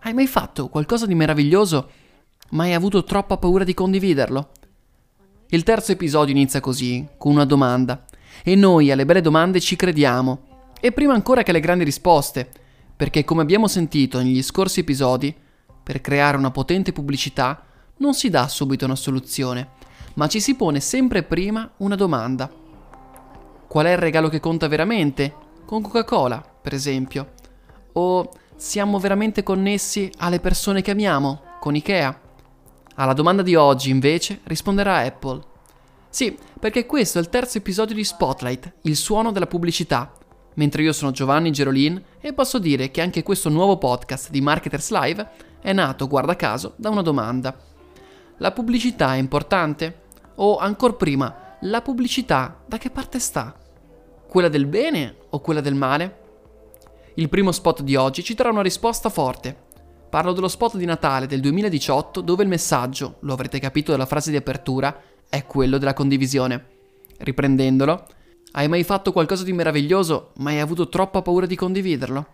Hai mai fatto qualcosa di meraviglioso, ma hai avuto troppa paura di condividerlo? Il terzo episodio inizia così, con una domanda. E noi alle belle domande ci crediamo. E prima ancora che alle grandi risposte. Perché come abbiamo sentito negli scorsi episodi, per creare una potente pubblicità non si dà subito una soluzione, ma ci si pone sempre prima una domanda. Qual è il regalo che conta veramente? Con Coca-Cola, per esempio. O siamo veramente connessi alle persone che amiamo? Con Ikea? Alla domanda di oggi, invece, risponderà Apple. Sì, perché questo è il terzo episodio di Spotlight, il suono della pubblicità. Mentre io sono Giovanni Gerolin e posso dire che anche questo nuovo podcast di Marketers Live è nato, guarda caso, da una domanda. La pubblicità è importante? O ancora prima, la pubblicità da che parte sta? Quella del bene o quella del male? Il primo spot di oggi ci darà una risposta forte. Parlo dello spot di Natale del 2018 dove il messaggio, lo avrete capito dalla frase di apertura, è quello della condivisione. Riprendendolo, hai mai fatto qualcosa di meraviglioso ma hai avuto troppa paura di condividerlo?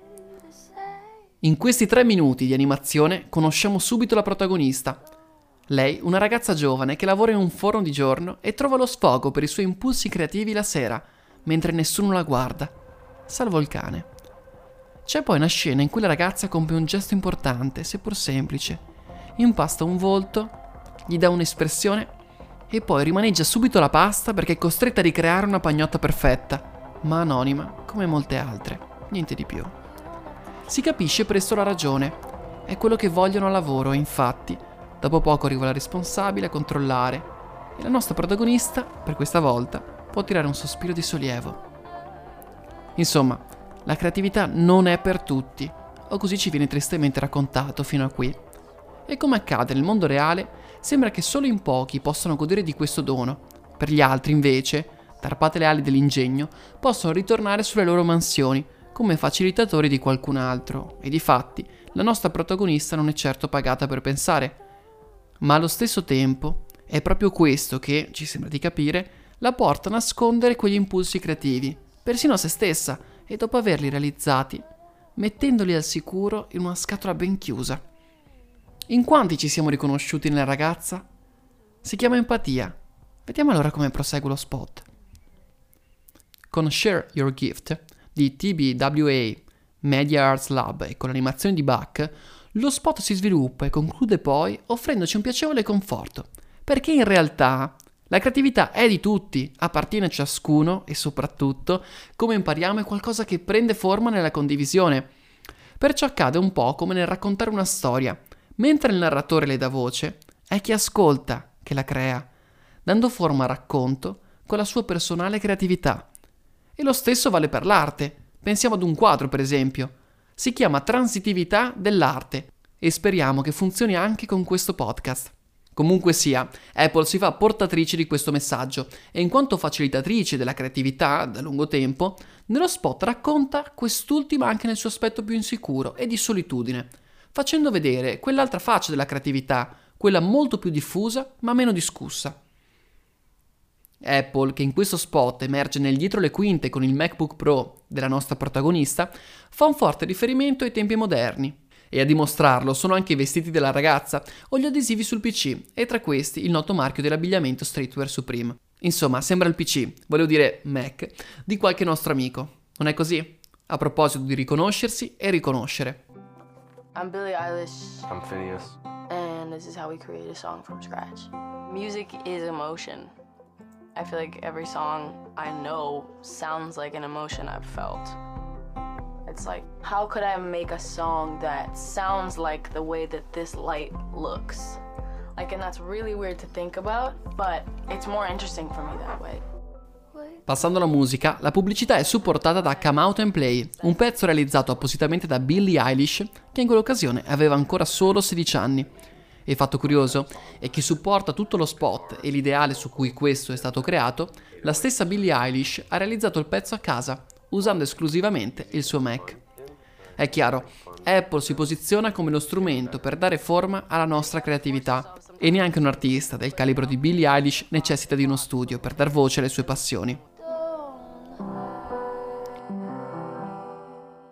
In questi 3 minuti di animazione conosciamo subito la protagonista. Lei, una ragazza giovane che lavora in un forno di giorno e trova lo sfogo per i suoi impulsi creativi la sera, mentre nessuno la guarda, salvo il cane. C'è poi una scena in cui la ragazza compie un gesto importante, seppur semplice. Impasta un volto, gli dà un'espressione e poi rimaneggia subito la pasta perché è costretta a ricreare una pagnotta perfetta, ma anonima come molte altre, niente di più. Si capisce presto la ragione, è quello che vogliono al lavoro e infatti, dopo poco arriva la responsabile a controllare e la nostra protagonista, per questa volta, può tirare un sospiro di sollievo. Insomma, la creatività non è per tutti, o così ci viene tristemente raccontato fino a qui. E come accade nel mondo reale, sembra che solo in pochi possano godere di questo dono. Per gli altri, invece, tarpate le ali dell'ingegno, possono ritornare sulle loro mansioni, come facilitatori di qualcun altro. E difatti, la nostra protagonista non è certo pagata per pensare. Ma allo stesso tempo, è proprio questo che, ci sembra di capire, la porta a nascondere quegli impulsi creativi, persino a se stessa, e dopo averli realizzati, mettendoli al sicuro in una scatola ben chiusa. In quanti ci siamo riconosciuti nella ragazza? Si chiama empatia. Vediamo allora come prosegue lo spot. Con Share Your Gift di TBWA Media Arts Lab e con l'animazione di Bach, lo spot si sviluppa e conclude poi offrendoci un piacevole conforto, perché in realtà la creatività è di tutti, appartiene a ciascuno e soprattutto, come impariamo, è qualcosa che prende forma nella condivisione. Perciò accade un po' come nel raccontare una storia. Mentre il narratore le dà voce, è chi ascolta che la crea, dando forma al racconto con la sua personale creatività. E lo stesso vale per l'arte. Pensiamo ad un quadro, per esempio. Si chiama transitività dell'arte e speriamo che funzioni anche con questo podcast. Comunque sia, Apple si fa portatrice di questo messaggio e in quanto facilitatrice della creatività da lungo tempo, nello spot racconta quest'ultima anche nel suo aspetto più insicuro e di solitudine, facendo vedere quell'altra faccia della creatività, quella molto più diffusa ma meno discussa. Apple, che in questo spot emerge nel dietro le quinte con il MacBook Pro della nostra protagonista, fa un forte riferimento ai tempi moderni. E a dimostrarlo sono anche i vestiti della ragazza o gli adesivi sul PC, e tra questi il noto marchio dell'abbigliamento Streetwear Supreme. Insomma, sembra il PC, volevo dire Mac, di qualche nostro amico. Non è così? A proposito di riconoscersi e riconoscere. I'm Billie Eilish. I'm Phineas. And this is how we create a song from scratch. Music is emotion. I feel like every song I know sounds like an emotion I've felt. It's like, how could I make a song that sounds like the way that this light looks? Like, and that's really weird to think about, but it's more interesting for me that way. Passando alla musica, la pubblicità è supportata da Come Out and Play, un pezzo realizzato appositamente da Billie Eilish, che in quell'occasione aveva ancora solo 16 anni. E il fatto curioso è che supporta tutto lo spot e l'ideale su cui questo è stato creato, la stessa Billie Eilish ha realizzato il pezzo a casa, usando esclusivamente il suo Mac. È chiaro, Apple si posiziona come lo strumento per dare forma alla nostra creatività e neanche un artista del calibro di Billie Eilish necessita di uno studio per dar voce alle sue passioni.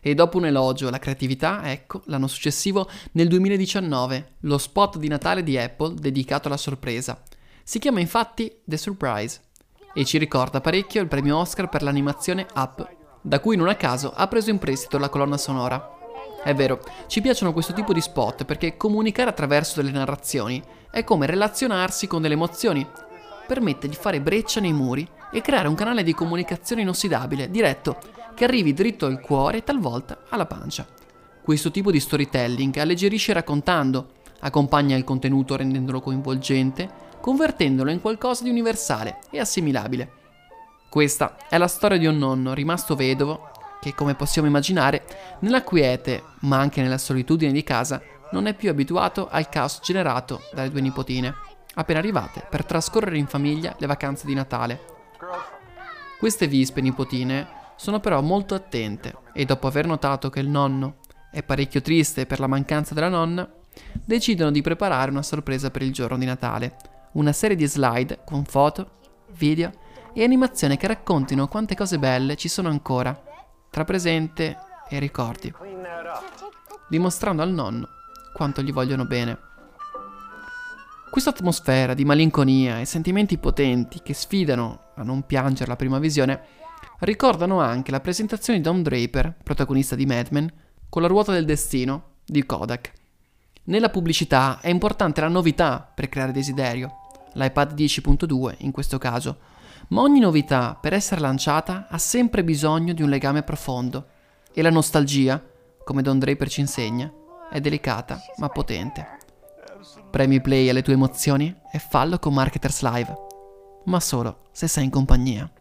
E dopo un elogio alla creatività, ecco, l'anno successivo, nel 2019, lo spot di Natale di Apple dedicato alla sorpresa. Si chiama infatti The Surprise e ci ricorda parecchio il premio Oscar per l'animazione Up, da cui non a caso ha preso in prestito la colonna sonora. È vero, ci piacciono questo tipo di spot perché comunicare attraverso delle narrazioni è come relazionarsi con delle emozioni. Permette di fare breccia nei muri e creare un canale di comunicazione inossidabile, diretto, che arrivi dritto al cuore e talvolta alla pancia. Questo tipo di storytelling alleggerisce raccontando, accompagna il contenuto rendendolo coinvolgente, convertendolo in qualcosa di universale e assimilabile. Questa è la storia di un nonno rimasto vedovo che, come possiamo immaginare, nella quiete, ma anche nella solitudine di casa, non è più abituato al caos generato dalle due nipotine, appena arrivate per trascorrere in famiglia le vacanze di Natale. Queste vispe nipotine sono però molto attente e dopo aver notato che il nonno è parecchio triste per la mancanza della nonna, decidono di preparare una sorpresa per il giorno di Natale, una serie di slide con foto, video e animazioni che raccontino quante cose belle ci sono ancora tra presente e ricordi, dimostrando al nonno quanto gli vogliono bene. Questa atmosfera di malinconia e sentimenti potenti che sfidano a non piangere la prima visione ricordano anche la presentazione di Don Draper, protagonista di Mad Men, con la ruota del destino di Kodak. Nella pubblicità è importante la novità per creare desiderio, l'iPad 10.2 in questo caso, ma ogni novità per essere lanciata ha sempre bisogno di un legame profondo e la nostalgia, come Don Draper ci insegna, è delicata ma potente. Premi play alle tue emozioni e fallo con Marketers Live, ma solo se sei in compagnia.